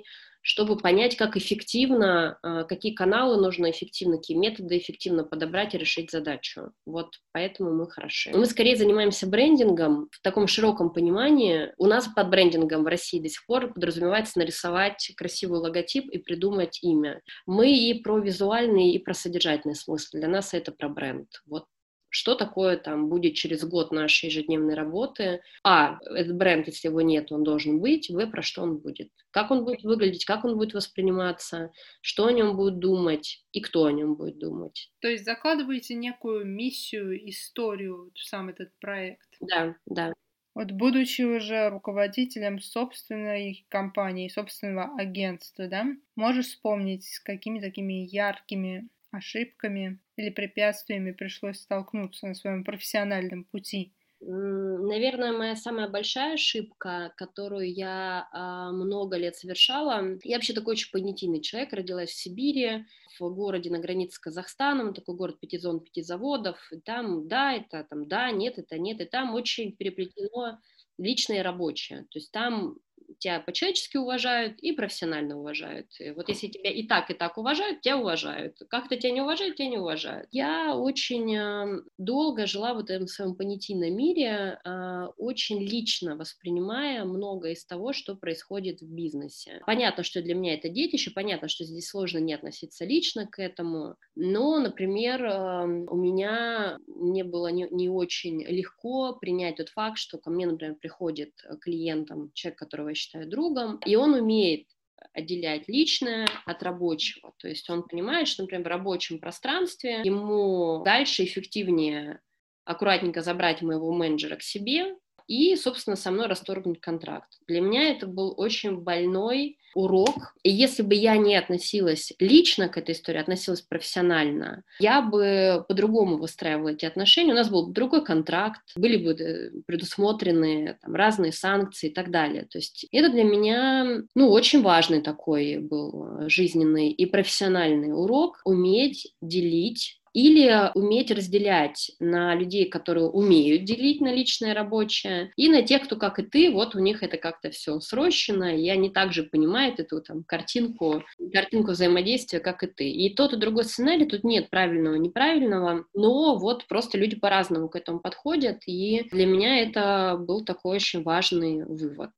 чтобы понять, как эффективно, какие каналы нужно эффективно, какие методы эффективно подобрать и решить задачу. Вот поэтому мы хороши. Мы скорее занимаемся брендингом в таком широком понимании. У нас под брендингом в России до сих пор подразумевается нарисовать красивый логотип и придумать имя. Мы и про визуальный, и про содержательный смысл. Для нас это про бренд. Вот. Что такое там будет через год нашей ежедневной работы? А, этот бренд, если его нет, он должен быть. Б, про что он будет? Как он будет выглядеть, как он будет восприниматься, что о нем будут думать и кто о нем будет думать. То есть закладываете некую миссию, историю в сам этот проект? Да, да. Вот будучи уже руководителем собственной компании, собственного агентства, да, можешь вспомнить, с какими такими яркими ошибками или препятствиями пришлось столкнуться на своем профессиональном пути? Наверное, моя самая большая ошибка, которую я а, много лет совершала, я вообще такой очень понятийный человек, родилась в Сибири, в городе на границе с Казахстаном, такой город пяти зон, пяти заводов, и там да, это там да, нет, это нет, и там очень переплетено личное и рабочее, то есть там тебя по-человечески уважают и профессионально уважают. И вот если тебя и так, и так уважают, тебя уважают. Как-то тебя не уважают, тебя не уважают. Я очень э, долго жила в этом своем понятийном мире, э, очень лично воспринимая многое из того, что происходит в бизнесе. Понятно, что для меня это детище, понятно, что здесь сложно не относиться лично к этому, но, например, э, у меня, мне было не, не очень легко принять тот факт, что ко мне, например, приходит клиентом человек, которого я считаю другом, и он умеет отделять личное от рабочего. То есть он понимает, что, например, в рабочем пространстве ему дальше эффективнее аккуратненько забрать моего менеджера к себе и, собственно, со мной расторгнуть контракт. Для меня это был очень больной урок. И если бы я не относилась лично к этой истории, относилась профессионально, я бы по-другому выстраивала эти отношения. У нас был бы другой контракт, были бы предусмотрены там разные санкции и так далее. То есть это для меня, ну, очень важный такой был жизненный и профессиональный урок — уметь делить или уметь разделять на людей, которые умеют делить на личное и рабочее, и на тех, кто, как и ты, вот у них это как-то все срощено, и они также понимают эту там картинку, картинку взаимодействия, как и ты. И тот, и другой сценарий, тут нет правильного, неправильного, но вот просто люди по-разному к этому подходят, и для меня это был такой очень важный вывод.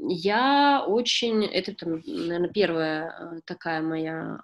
Я очень, это, там, наверное, первая такая моя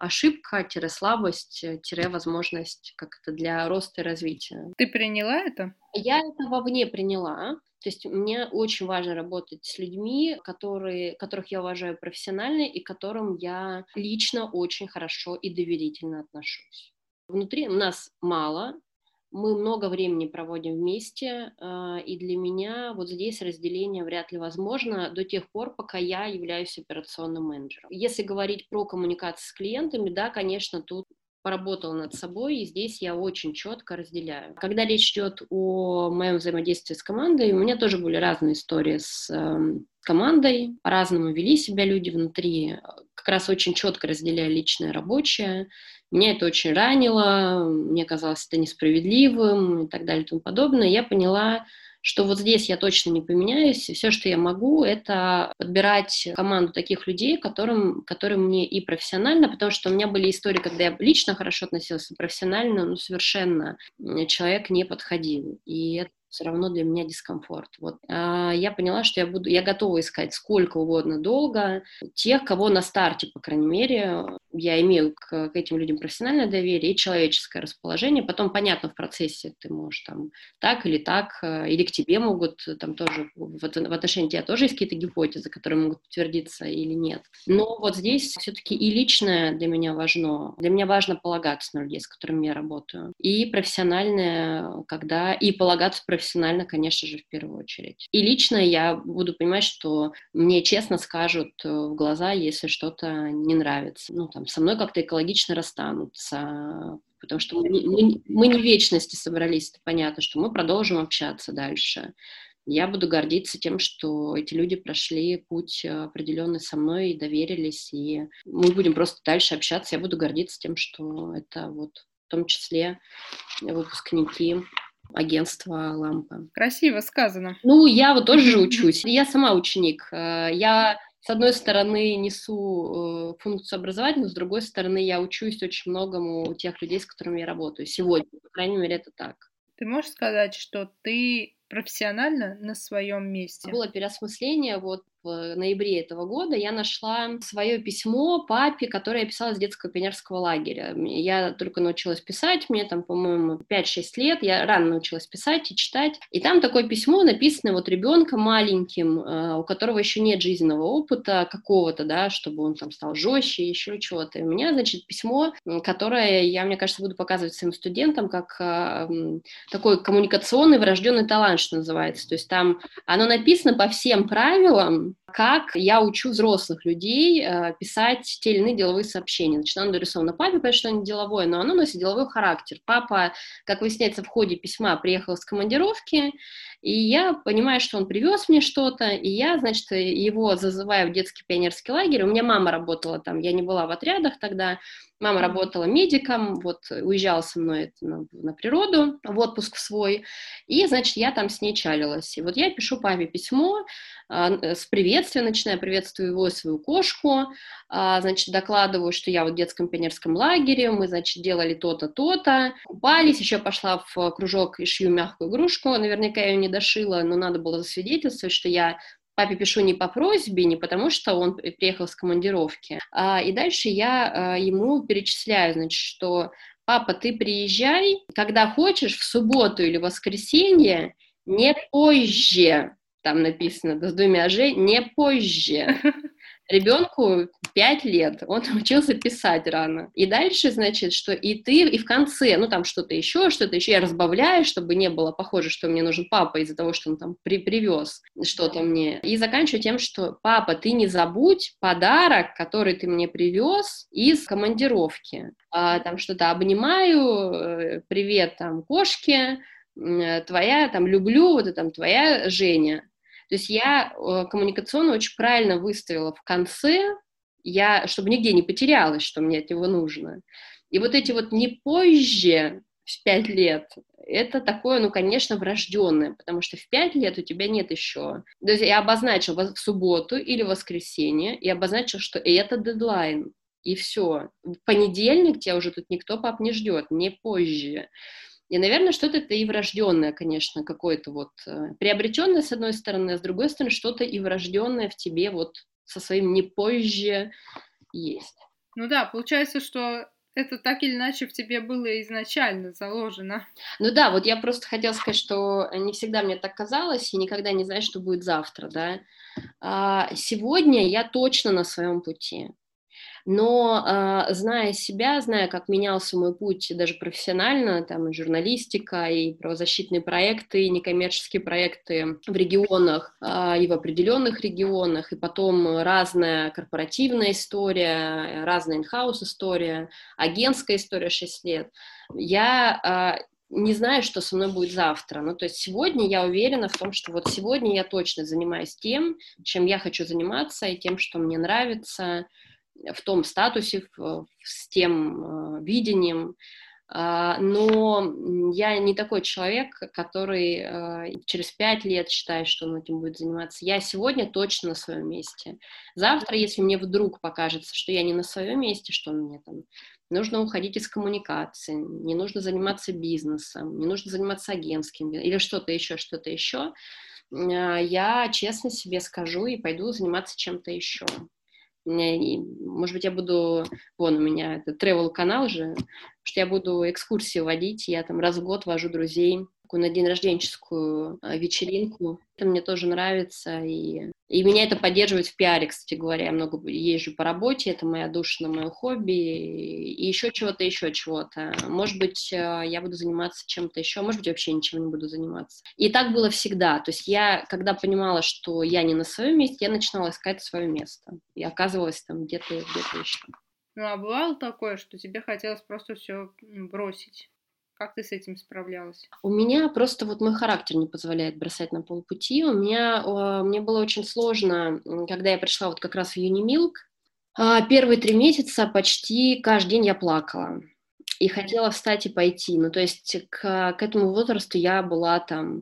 ошибка-слабость-возможность как-то для роста и развития. Ты приняла это? Я это вовне приняла. То есть мне очень важно работать с людьми, которые, которых я уважаю профессионально и к которым я лично очень хорошо и доверительно отношусь. Внутри нас мало, мы много времени проводим вместе, и для меня вот здесь разделение вряд ли возможно до тех пор, пока я являюсь операционным менеджером. Если говорить про коммуникацию с клиентами, да, конечно, тут поработала над собой, и здесь я очень четко разделяю. Когда речь идет о моем взаимодействии с командой, у меня тоже были разные истории с э, командой, по-разному вели себя люди внутри, как раз очень четко разделяя личное и рабочее. Меня это очень ранило, мне казалось это несправедливым и так далее и тому подобное. Я поняла, что вот здесь я точно не поменяюсь, и все, что я могу, это подбирать команду таких людей, которым, которым мне и профессионально, потому что у меня были истории, когда я лично хорошо относилась, и профессионально, ну, совершенно человек не подходил, и это все равно для меня дискомфорт. Вот. А я поняла, что я буду, я готова искать сколько угодно долго тех, кого на старте, по крайней мере, я имею к, к этим людям профессиональное доверие и человеческое расположение. Потом, понятно, в процессе ты можешь там так или так, или к тебе могут там тоже, в, в отношении тебя тоже есть какие-то гипотезы, которые могут подтвердиться или нет. Но вот здесь все-таки и личное для меня важно. Для меня важно полагаться на людей, с которыми я работаю. И профессиональное, когда... И полагаться профессионально, конечно же, в первую очередь. И лично я буду понимать, что мне честно скажут в глаза, если что-то не нравится. Ну, там, со мной как-то экологично расстанутся, потому что мы, мы, мы не в вечности собрались, это понятно, что мы продолжим общаться дальше. Я буду гордиться тем, что эти люди прошли путь определенный со мной и доверились, и мы будем просто дальше общаться. Я буду гордиться тем, что это вот в том числе выпускники агентства «Лампа». Красиво сказано. Ну, я вот тоже учусь. Я сама ученик. Я с одной стороны, несу э, функцию образования, но с другой стороны, я учусь очень многому у тех людей, с которыми я работаю. Сегодня, по крайней мере, это так. Ты можешь сказать, что ты профессионально на своем месте? Было переосмысление, вот в ноябре этого года я нашла свое письмо папе, которое я писала с детского пионерского лагеря. Я только научилась писать, мне там, по-моему, пять-шесть лет, я рано научилась писать и читать. И там такое письмо, написанное вот ребенком маленьким, у которого еще нет жизненного опыта какого-то, да, чтобы он там стал жестче, еще чего-то. И у меня, значит, письмо, которое я, мне кажется, буду показывать своим студентам как такой коммуникационный врожденный талант, что называется. То есть там оно написано по всем правилам, как я учу взрослых людей э, писать те или иные деловые сообщения. Значит, оно нарисовано папе, потому что оно деловое, но оно носит деловой характер. Папа, как выясняется, в ходе письма приехал с командировки, и я понимаю, что он привез мне что-то, и я, значит, его зазываю в детский пионерский лагерь. У меня мама работала там, я не была в отрядах тогда, мама mm-hmm. работала медиком, вот уезжала со мной на, на природу, в отпуск свой, и, значит, я там с ней чалилась. И вот я пишу папе письмо э, с приветствием, начинаю, приветствую его и свою кошку, э, значит, докладываю, что я вот в детском пионерском лагере, мы, значит, делали то-то, то-то, купались, еще пошла в кружок и шью мягкую игрушку, наверняка я ее не дошила, но надо было засвидетельствовать, что я папе пишу не по просьбе, не потому что он приехал с командировки. А, и дальше я а, ему перечисляю, значит, что папа, ты приезжай, когда хочешь, в субботу или воскресенье, не позже, там написано с двумя «ж», не позже. Ребенку пять лет, он учился писать рано. И дальше, значит, что и ты, и в конце, ну, там что-то еще, что-то еще я разбавляю, чтобы не было похоже, что мне нужен папа из-за того, что он там при привез что-то мне. И заканчиваю тем, что папа, ты не забудь подарок, который ты мне привез из командировки. А, там что-то обнимаю, привет, там, кошке, твоя, там, люблю, вот это там, твоя Женя. То есть я э, коммуникационно очень правильно выставила в конце, я, чтобы нигде не потерялась, что мне от него нужно. И вот эти вот не позже, в пять лет, это такое, ну, конечно, врожденное, потому что в пять лет у тебя нет еще. То есть я обозначила в субботу или воскресенье, и обозначила, что это дедлайн, и все. В понедельник тебя уже тут никто, пап, не ждет, не позже. И, наверное, что-то это и врожденное, конечно, какое-то вот э, приобретенное, с одной стороны, а с другой стороны, что-то и врожденное в тебе вот со своим «не позже» есть. Ну да, получается, что это так или иначе в тебе было изначально заложено. Ну да, вот я просто хотела сказать, что не всегда мне так казалось, и никогда не знаешь, что будет завтра, да. А сегодня я точно на своем пути. Но, э, зная себя, зная, как менялся мой путь даже профессионально, там и журналистика, и правозащитные проекты, и некоммерческие проекты в регионах, э, и в определенных регионах, и потом разная корпоративная история, разная инхаус история, агентская история шесть лет, я э, не знаю, что со мной будет завтра. Ну, то есть сегодня я уверена в том, что вот сегодня я точно занимаюсь тем, чем я хочу заниматься, и тем, что мне нравится, в том статусе, в, с тем э, видением, э, но я не такой человек, который э, через пять лет считает, что он этим будет заниматься. Я сегодня точно на своем месте. Завтра, если мне вдруг покажется, что я не на своем месте, что мне там нужно уходить из коммуникации, не нужно заниматься бизнесом, не нужно заниматься агентским или что-то еще, что-то еще, э, я честно себе скажу и пойду заниматься чем-то еще. Может быть, я буду, вон у меня это travel-канал же, что я буду экскурсии водить, я там раз в год вожу друзей на день рожденческую вечеринку. Это мне тоже нравится, и, и меня это поддерживает в пиаре, кстати говоря. Я много езжу по работе, это моя душа, мое хобби, и еще чего-то, еще чего-то. Может быть, я буду заниматься чем-то еще, может быть, вообще ничем не буду заниматься. И так было всегда. То есть я, когда понимала, что я не на своем месте, я начинала искать свое место. И оказывалась там где-то, где-то еще. Ну, а бывало такое, что тебе хотелось просто все бросить? Как ты с этим справлялась? У меня просто вот мой характер не позволяет бросать на полпути. У меня, э, мне было очень сложно, когда я пришла вот как раз в Юнимилк. Э, первые три месяца почти каждый день я плакала. И хотела встать и пойти. Ну, то есть к, к этому возрасту я была там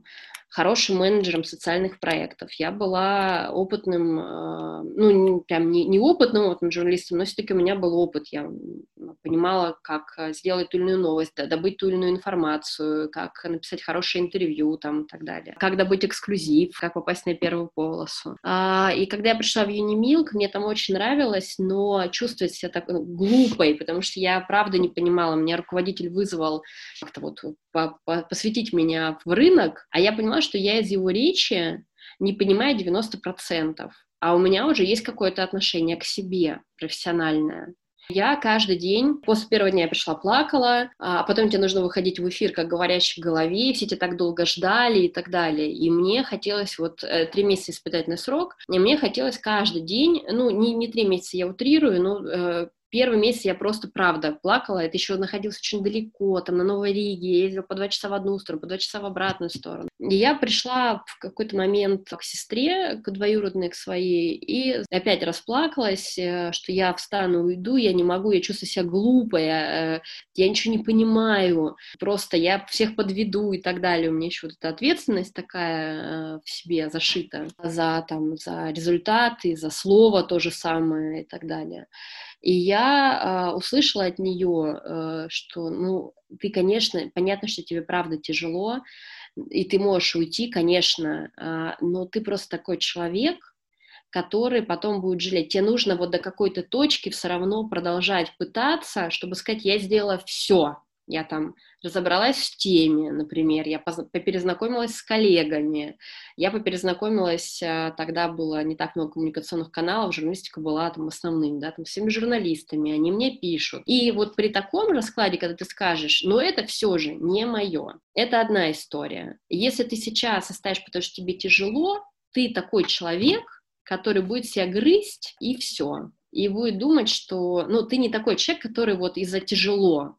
хорошим менеджером социальных проектов, я была опытным, э, ну, не, прям не, не опытным, опытным журналистом, но все-таки у меня был опыт, я понимала, как сделать ту или иную новость, да, добыть ту или иную информацию, как написать хорошее интервью там, и так далее, как добыть эксклюзив, как попасть на первую полосу. А, и когда я пришла в Юнимилк, мне там очень нравилось, но чувствовать себя так ну, глупой, потому что я правда не понимала, меня руководитель вызвал как-то вот по -по посвятить меня в рынок, а я поняла, что я из его речи не понимаю девяносто процентов, а у меня уже есть какое-то отношение к себе профессиональное. Я каждый день, после первого дня я пришла, плакала, а потом тебе нужно выходить в эфир, как говорящий голове, все тебя так долго ждали и так далее. И мне хотелось вот э, три месяца испытательный срок, и мне хотелось каждый день, ну, не, не три месяца, я утрирую, но э, первый месяц я просто, правда, плакала, это еще находилось очень далеко, там, на Новой Риге, я ездила по два часа в одну сторону, по два часа в обратную сторону. И я пришла в какой-то момент к сестре, к двоюродной, к своей, и опять расплакалась, что я встану, уйду, я не могу, я чувствую себя глупая, я ничего не понимаю, просто я всех подведу и так далее. У меня еще вот эта ответственность такая в себе зашита за, там, за результаты, за слово то же самое и так далее. И я э, услышала от нее, э, что, ну, ты, конечно, понятно, что тебе правда тяжело, и ты можешь уйти, конечно, э, но ты просто такой человек, который потом будет жалеть. Тебе нужно вот до какой-то точки все равно продолжать пытаться, чтобы сказать, я сделала все. Я там разобралась в теме, например, я поперезнакомилась с коллегами, я поперезнакомилась, тогда было не так много коммуникационных каналов, журналистика была там основным, да, там всеми журналистами, они мне пишут. И вот при таком раскладе, когда ты скажешь, но это все же не мое, это одна история. Если ты сейчас оставишь, потому что тебе тяжело, ты такой человек, который будет себя грызть, и все. И будет думать, что, ну, ты не такой человек, который вот из-за тяжело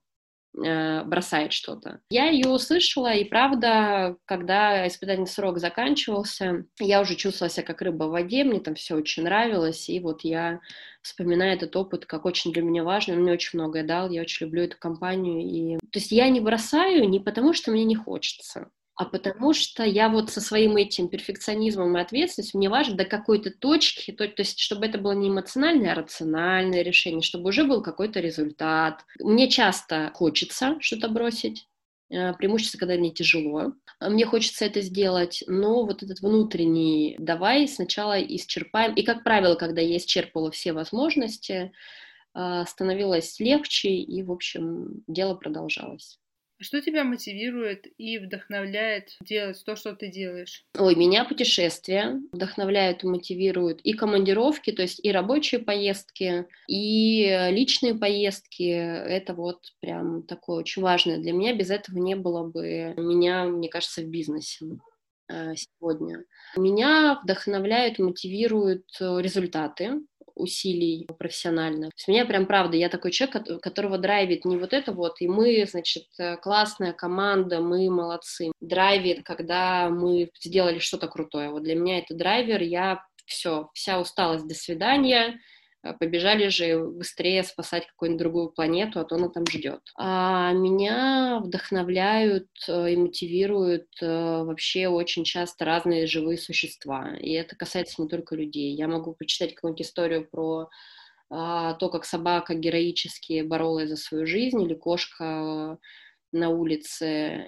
бросает что-то. Я ее услышала, и правда, когда испытательный срок заканчивался, я уже чувствовала себя как рыба в воде, мне там все очень нравилось, и вот я вспоминаю этот опыт как очень для меня важный, он мне очень многое дал, я очень люблю эту компанию, и... То есть я не бросаю не потому, что мне не хочется, а потому что я вот со своим этим перфекционизмом и ответственностью, мне важно до какой-то точки, то, то есть чтобы это было не эмоциональное, а рациональное решение, чтобы уже был какой-то результат. Мне часто хочется что-то бросить, преимущество, когда мне тяжело. Мне хочется это сделать, но вот этот внутренний «давай сначала исчерпаем». И, как правило, когда я исчерпывала все возможности, становилось легче, и, в общем, дело продолжалось. Что тебя мотивирует и вдохновляет делать то, что ты делаешь? Ой, меня путешествия вдохновляют и мотивируют, и командировки, то есть и рабочие поездки, и личные поездки. Это вот прям такое очень важное для меня. Без этого не было бы меня, мне кажется, в бизнесе сегодня. Меня вдохновляют, мотивируют результаты усилий профессионально. То есть меня прям, правда, я такой человек, которого драйвит не вот это вот, и мы, значит, классная команда, мы молодцы. Драйвит, когда мы сделали что-то крутое. Вот для меня это драйвер, я все, вся усталость, до свидания, побежали же быстрее спасать какую-нибудь другую планету, а то она там ждет. А меня вдохновляют и мотивируют вообще очень часто разные живые существа. И это касается не только людей. Я могу прочитать какую-нибудь историю про а, то, как собака героически боролась за свою жизнь, или кошка на улице,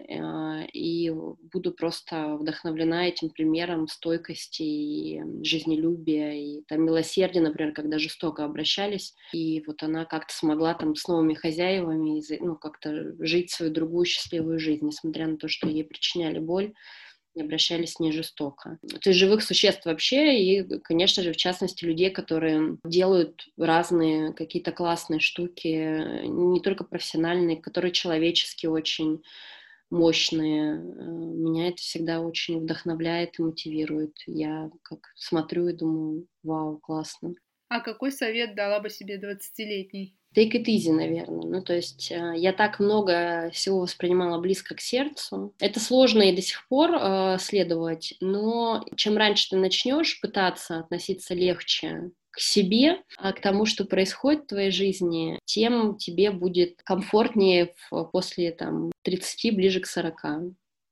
и буду просто вдохновлена этим примером стойкости и жизнелюбия, и там милосердия, например, когда жестоко обращались, и вот она как-то смогла там с новыми хозяевами, ну, как-то жить свою другую счастливую жизнь, несмотря на то, что ей причиняли боль, и обращались не жестоко. То есть живых существ вообще, и, конечно же, в частности, людей, которые делают разные какие-то классные штуки, не только профессиональные, которые человечески очень мощные. Меня это всегда очень вдохновляет и мотивирует. Я как смотрю и думаю, вау, классно. А какой совет дала бы себе двадцатилетней? Take it easy, наверное. Ну, то есть э, я так много всего воспринимала близко к сердцу. Это сложно и до сих пор э, следовать, но чем раньше ты начнешь пытаться относиться легче к себе, а к тому, что происходит в твоей жизни, тем тебе будет комфортнее в, после там, тридцати, ближе к сорока.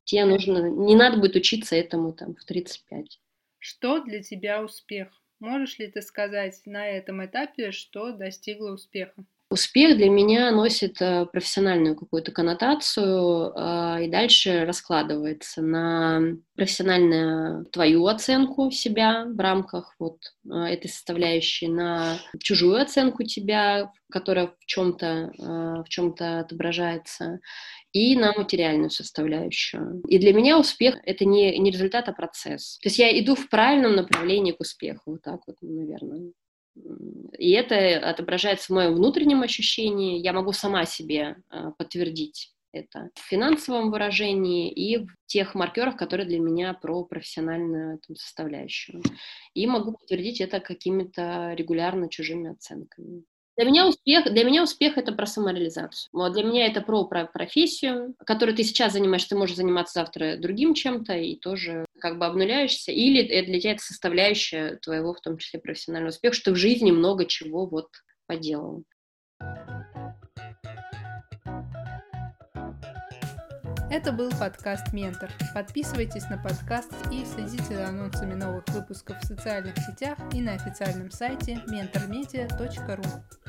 Тебе нужно, не надо будет учиться этому там в тридцать пять. Что для тебя успех? Можешь ли ты сказать на этом этапе, что достигла успеха? Успех для меня носит э, профессиональную какую-то коннотацию э, и дальше раскладывается на профессиональную твою оценку себя в рамках вот э, этой составляющей, на чужую оценку тебя, которая в чем-то э, в чем-то отображается, и на материальную составляющую. И для меня успех — это не, не результат, а процесс. То есть я иду в правильном направлении к успеху, вот так вот, наверное. И это отображается в моем внутреннем ощущении. Я могу сама себе э, подтвердить это в финансовом выражении и в тех маркерах, которые для меня про профессиональную там, составляющую. И могу подтвердить это какими-то регулярно чужими оценками. Для меня успех, для меня успех — это про самореализацию. Вот для меня это про, про профессию, которой ты сейчас занимаешься, ты можешь заниматься завтра другим чем-то и тоже как бы обнуляешься. Или это для тебя это составляющая твоего, в том числе, профессионального успеха, что ты в жизни много чего вот поделал. Это был подкаст «Ментор». Подписывайтесь на подкаст и следите за анонсами новых выпусков в социальных сетях и на официальном сайте ментор медиа точка ру.